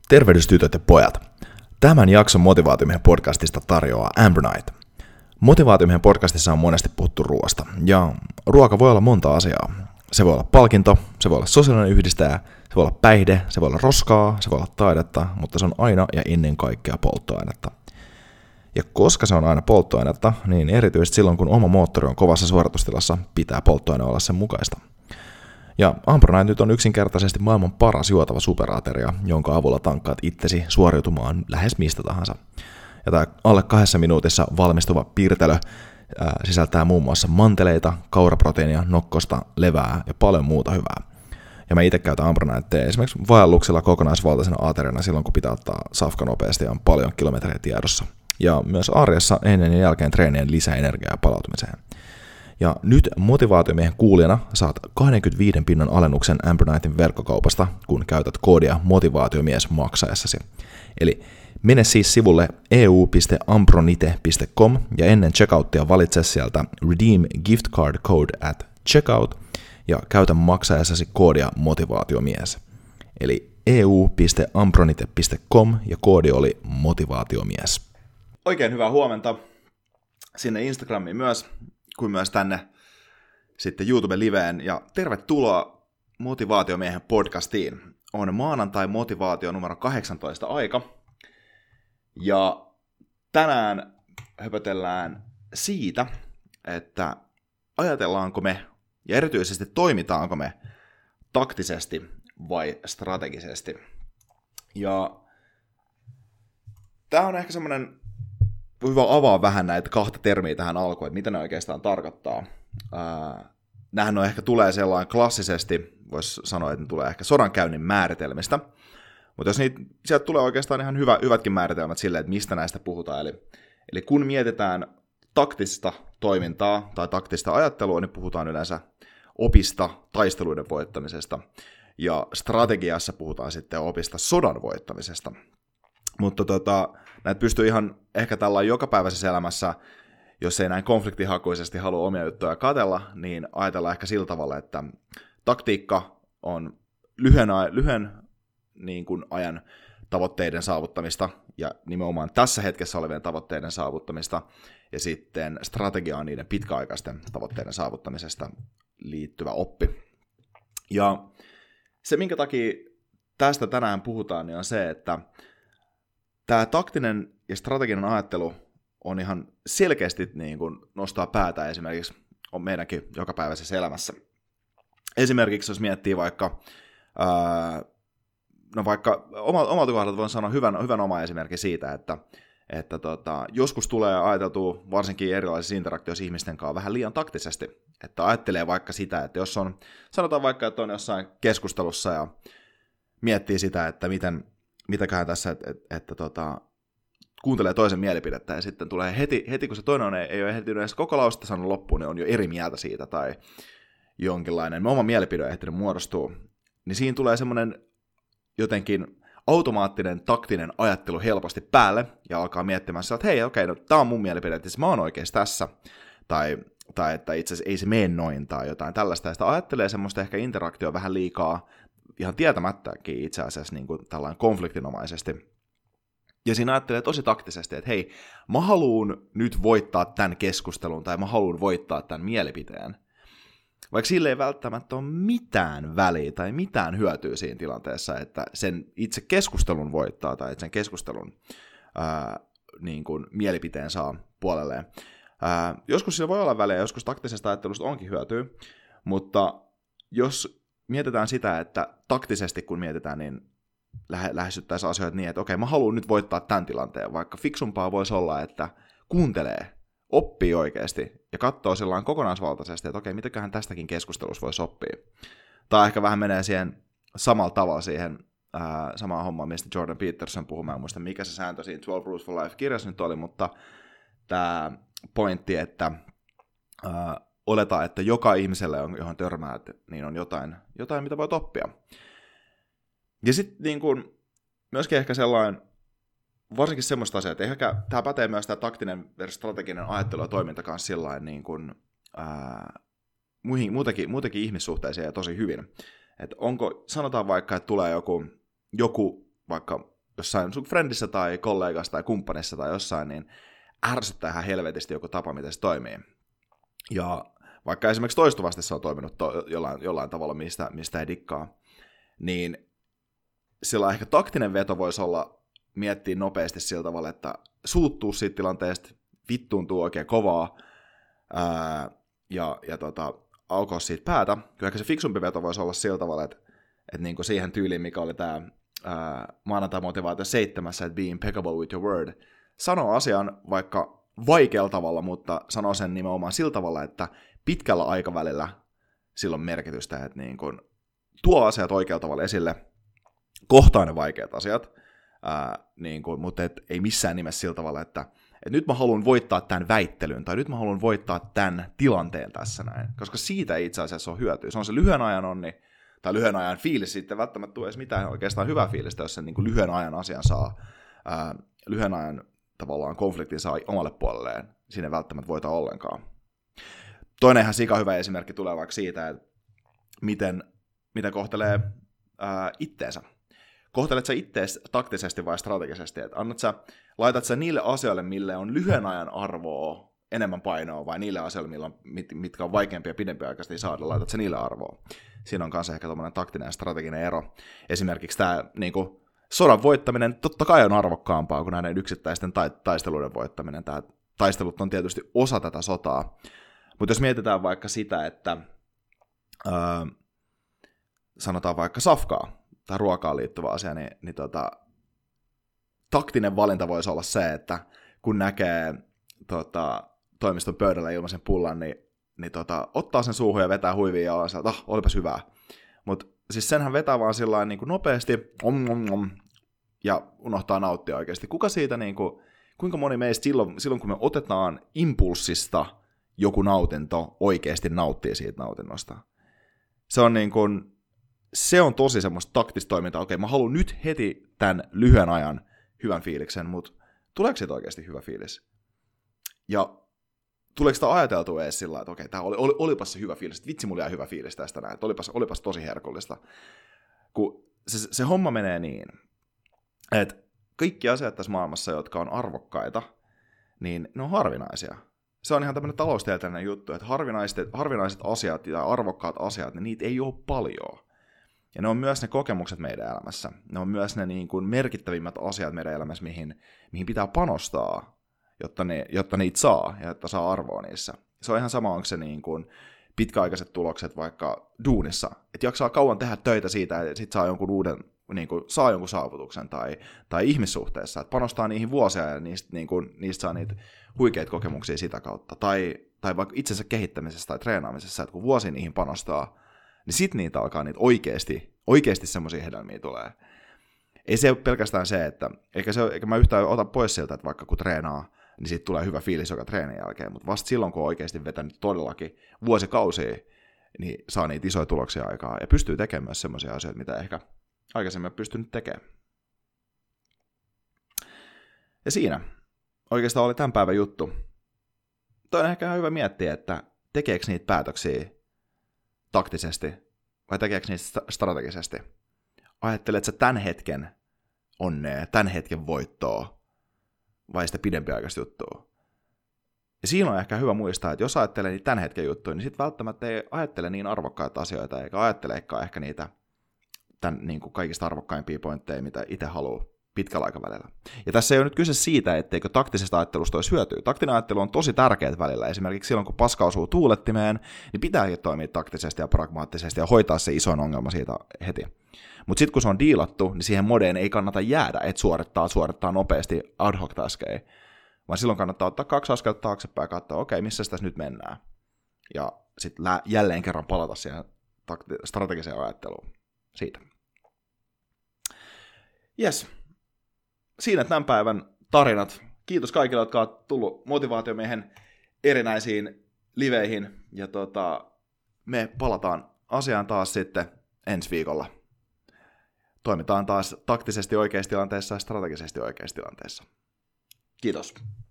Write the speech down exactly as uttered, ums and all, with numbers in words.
Tervehdys tytöt ja pojat. Tämän jakson Motivaatiomiehen podcastista tarjoaa Ambernight. Motivaatiomiehen podcastissa on monesti puhuttu ruoasta, ja ruoka voi olla monta asiaa. Se voi olla palkinto, se voi olla sosiaalinen yhdistäjä, se voi olla päihde, se voi olla roskaa, se voi olla taidetta, mutta se on aina ja ennen kaikkea polttoainetta. Ja koska se on aina polttoainetta, niin erityisesti silloin kun oma moottori on kovassa suoritustilassa, pitää polttoaine olla sen mukaista. Ja Ambernight nyt on yksinkertaisesti maailman paras juotava superateria, jonka avulla tankkaat itsesi suoriutumaan lähes mistä tahansa. Ja tämä alle kahdessa minuutissa valmistuva piirtelö ää, sisältää muun muassa manteleita, kauraproteiinia, nokkosta, levää ja paljon muuta hyvää. Ja mä itse käytän Ambernightia esimerkiksi vaelluksilla kokonaisvaltaisena ateriana silloin, kun pitää ottaa safka nopeasti ja on paljon kilometrejä tiedossa. Ja myös arjessa ennen ja jälkeen treenien lisäenergiaa palautumiseen. Ja nyt Motivaatiomiehen kuulijana saat kaksikymmentäviisi pinnan alennuksen Ambernightin verkkokaupasta, kun käytät koodia motivaatiomies maksaessasi. Eli mene siis sivulle e u piste ambronite piste com ja ennen checkouttia valitse sieltä Redeem Gift Card Code at checkout ja käytä maksaessasi koodia motivaatiomies. Eli e u piste ambronite piste com ja koodi oli motivaatiomies. Oikein hyvää huomenta sinne Instagramiin myös, kuin myös tänne sitten YouTube-liveen, ja tervetuloa Motivaatiomiehen podcastiin. On maanantai motivaatio numero kahdeksantoista aika, ja tänään höpötellään siitä, että ajatellaanko me, ja erityisesti toimitaanko me taktisesti vai strategisesti. Ja tämä on ehkä semmoinen, hyvä avaa vähän näitä kahta termiä tähän alkuun, että mitä ne oikeastaan tarkoittaa. Nämähän on ehkä tulee sellainen klassisesti, voisi sanoa, että ne tulee ehkä sodankäynnin määritelmistä, mutta jos niitä, sieltä tulee oikeastaan ihan hyvä, hyvätkin määritelmät sille, että mistä näistä puhutaan. Eli, eli kun mietitään taktista toimintaa tai taktista ajattelua, niin puhutaan yleensä opista taisteluiden voittamisesta, ja strategiassa puhutaan sitten opista sodan voittamisesta. Mutta tota, näitä pystyy ihan ehkä tällä jokapäiväisessä elämässä, jos ei näin konfliktihakuisesti halua omia juttuja katsella, niin ajatellaan ehkä sillä tavalla, että taktiikka on lyhyen, lyhyen niin kuin ajan tavoitteiden saavuttamista, ja nimenomaan tässä hetkessä olevien tavoitteiden saavuttamista, ja sitten strategia on niiden pitkäaikaisten tavoitteiden saavuttamisesta liittyvä oppi. Ja se, minkä takia tästä tänään puhutaan, niin on se, että tämä taktinen ja strateginen ajattelu on ihan selkeästi niin kuin nostaa päätä esimerkiksi on meidänkin jokapäiväisessä elämässä. Esimerkiksi jos miettii vaikka, ää, no vaikka omalta kohdalta voin sanoa hyvän, hyvän oma esimerkki siitä, että, että tota, joskus tulee ajateltua varsinkin erilaisissa interaktioissa ihmisten kanssa vähän liian taktisesti. Että ajattelee vaikka sitä, että jos on, sanotaan vaikka, että on jossain keskustelussa ja miettii sitä, että miten mitäköhän tässä, että, että, että tota, kuuntelee toisen mielipidettä ja sitten tulee heti, heti kun se toinen on, ei ole ehtinyt edes koko lausta sanonut loppuun, niin on jo eri mieltä siitä tai jonkinlainen oma mielipide on ehtinyt muodostua, niin siinä tulee semmoinen jotenkin automaattinen taktinen ajattelu helposti päälle ja alkaa miettimään sitä, että hei, okei, no tää on mun mielipide, että mä oon oikeassa tässä, tai, tai että itse asiassa ei se mene noin tai jotain tällaista, ja sitä ajattelee semmoista ehkä interaktio vähän liikaa, ihan tietämättäkin itse asiassa niin kuin tällainen konfliktinomaisesti. Ja siinä ajattelee tosi taktisesti, että hei, mä haluun nyt voittaa tämän keskustelun, tai mä haluun voittaa tämän mielipiteen. Vaikka sille ei välttämättä ole mitään väliä tai mitään hyötyä siinä tilanteessa, että sen itse keskustelun voittaa, tai että sen keskustelun ää, niin kuin mielipiteen saa puolelleen. Ää, joskus sillä voi olla väliä, joskus taktisesta ajattelusta onkin hyötyä, mutta jos mietitään sitä, että taktisesti kun mietitään, niin lähe, lähestyttäisiin asioita niin, että okei, mä haluan nyt voittaa tämän tilanteen, vaikka fiksumpaa voisi olla, että kuuntelee, oppii oikeasti ja katsoo sellainen kokonaisvaltaisesti, että okei, mitäköhän tästäkin keskustelussa voisi oppia. Tai ehkä vähän menee siihen samalla tavalla siihen ää, samaan hommaan, mistä Jordan Peterson puhuu, mä en muista mikä se sääntö siinä twelve Rules for Life-kirjassa nyt oli, mutta tämä pointti, että ää, oleta, että joka ihmiselle, johon törmäät, niin on jotain, jotain mitä voit oppia. Ja sitten niin kun, myöskin ehkä sellainen, varsinkin semmoista asiaa, että ehkä tämä pätee myös tämä taktinen versus strateginen ajattelu ja toiminta kanssa sillain niin kun, ää, muihin, muutenkin, muutenkin ihmissuhteisiin ja tosi hyvin. Että onko, sanotaan vaikka, että tulee joku, joku vaikka jossain sun friendissä tai kollegassa tai kumppanissa tai jossain, niin ärsyttää ihan helvetisti joku tapa, miten se toimii. Ja vaikka esimerkiksi toistuvasti se on toiminut to- jollain, jollain tavalla, mistä, mistä ei dikkaa, niin sillä ehkä taktinen veto voisi olla miettiä nopeasti sillä tavalla, että suuttuu siitä tilanteesta, vittuuntuu oikein kovaa, ää, ja, ja tota, aukoa siitä päätä. Kyllä ehkä se fiksumpi veto voisi olla sillä tavalla, että, että niin kuin siihen tyyliin, mikä oli tämä maanantai-motivaatio seitsemässä, että be impeccable with your word, sanoo asian vaikka vaikealla tavalla, mutta sanoo sen nimenomaan sillä tavalla, että pitkällä aikavälillä sillä on merkitystä, että niin kuin tuo asiat oikealla tavalla esille, kohtaa ne vaikeat asiat, ää, niin kuin, mutta et, ei missään nimessä sillä tavalla, että et nyt mä haluan voittaa tämän väittelyn, tai nyt mä haluan voittaa tämän tilanteen tässä näin, koska siitä ei itse asiassa ole hyötyä. Se on se lyhyen ajan onni, tai lyhyen ajan fiilis, sitten välttämättä tule edes mitään oikeastaan hyvää fiilistä, jos sen niin kuin lyhyen ajan asian saa, ää, lyhyen ajan tavallaan konfliktin saa omalle puolelleen, siinä ei välttämättä voita ollenkaan. Toinen ihan sika hyvä esimerkki tulee vaikka siitä, että miten, miten kohtelee ää, itteensä. Kohtelet sä ittees taktisesti vai strategisesti? Et annat sä, laitat sä niille asioille, mille on lyhyen ajan arvoa enemmän painoa, vai niille asioille, millä on, mit, mitkä on vaikeampia ja pidempiaikaisesti saada, laitat sä niille arvoa. Siinä on kanssa ehkä tommoinen taktinen ja strateginen ero. Esimerkiksi tämä niinku, sodan voittaminen totta kai on arvokkaampaa kuin näiden yksittäisten ta- taisteluiden voittaminen. Tää taistelut on tietysti osa tätä sotaa. Mutta jos mietitään vaikka sitä, että öö, sanotaan vaikka safkaa, tai ruokaan liittyvä asia, niin, niin tota, taktinen valinta voisi olla se, että kun näkee tota, toimiston pöydällä ilmaisen pullan, niin, niin tota, ottaa sen suuhun ja vetää huiviin ja on se, että ah, olipas hyvää. Mutta siis senhän vetää vaan sillain niin kuin nopeasti om, om, om, ja unohtaa nauttia oikeasti. Kuka siitä, niin kuin, kuinka moni meistä silloin, silloin, kun me otetaan impulssista joku nautinto, oikeasti nauttii siitä nautinnosta? Se on niin kuin Se on tosi semmoista taktista toimintaa. Okei, mä haluan nyt heti tämän lyhyen ajan hyvän fiiliksen, mutta tuleeko siitä oikeasti hyvä fiilis? Ja tuleeko sitä ajateltua edes sillä, että okei, tää oli, oli, olipas se hyvä fiilis, että vitsi, mulla jäi hyvä fiilis tästä näin, että olipas, olipas tosi herkullista. Kun se, se homma menee niin, että kaikki asiat tässä maailmassa, jotka on arvokkaita, niin ne on harvinaisia. Se on ihan tämmöinen taloustieteellinen juttu, että harvinaiset, harvinaiset asiat ja arvokkaat asiat, niin niitä ei ole paljon. Ja ne on myös ne kokemukset meidän elämässä. Ne on myös ne niin kuin merkittävimmät asiat meidän elämässä, mihin, mihin pitää panostaa, jotta, ne, jotta niitä saa ja jotta saa arvoa niissä. Se on ihan sama, onko se niin kuin pitkäaikaiset tulokset vaikka duunissa. Että jaksaa kauan tehdä töitä siitä, että sit saa jonkun uuden, niin kuin, saa jonkun saavutuksen tai, tai ihmissuhteessa. Että panostaa niihin vuosia ja niistä, niin kuin, niistä saa niitä huikeita kokemuksia sitä kautta. Tai, tai vaikka itsensä kehittämisessä tai treenaamisessa, että kun vuosi niihin panostaa, niin sit niitä alkaa niitä oikeasti, oikeasti semmoisia hedelmiä tulee. Ei se ole pelkästään se, että, eikä, se, eikä mä yhtään ota pois siltä, että vaikka kun treenaa, niin siitä tulee hyvä fiilis joka treenin jälkeen, mutta vasta silloin, kun on oikeasti vetänyt todellakin vuosikausia, niin saa niitä isoja tuloksia aikaa, ja pystyy tekemään myös semmoisia asioita, mitä ehkä aikaisemmin on pystynyt tekemään. Ja siinä oikeastaan oli tämän päivän juttu. Toi on ehkä hyvä miettiä, että tekeekö niitä päätöksiä taktisesti, vai tekeekö niitä strategisesti? Ajatteletko sä tämän hetken onnea, tämän hetken voittoa, vai sitä pidempiaikaista juttua? Ja siinä on ehkä hyvä muistaa, että jos ajattelee niitä tämän hetken juttuja, niin sitten välttämättä ei ajattele niin arvokkaita asioita, eikä ajattelekaan ehkä niitä tämän, niin kuin kaikista arvokkaimpia pointteja, mitä itse haluaa pitkällä aikavälillä. Ja tässä ei ole nyt kyse siitä, etteikö taktisesta ajattelusta olisi hyötyä. Taktinen ajattelu on tosi tärkeät välillä. Esimerkiksi silloin, kun paska osuu tuulettimeen, niin pitääkin toimia taktisesti ja pragmaattisesti ja hoitaa se isoin ongelma siitä heti. Mutta sitten kun se on diilattu, niin siihen modeen ei kannata jäädä, että suorittaa, suorittaa nopeasti ad hoc taskeja. Vaan silloin kannattaa ottaa kaksi askelta taaksepäin ja katsoa, okei, missä tässä nyt mennään. Ja sitten jälleen kerran palata siihen strategiseen ajatteluun siitä. Jes. Siinä tämän päivän tarinat. Kiitos kaikille, jotka ovat tullut Motivaatiomiehen erinäisiin liveihin. Ja tota, me palataan asiaan taas sitten ensi viikolla. Toimitaan taas taktisesti oikeissa tilanteissa ja strategisesti oikeissa tilanteissa. Kiitos.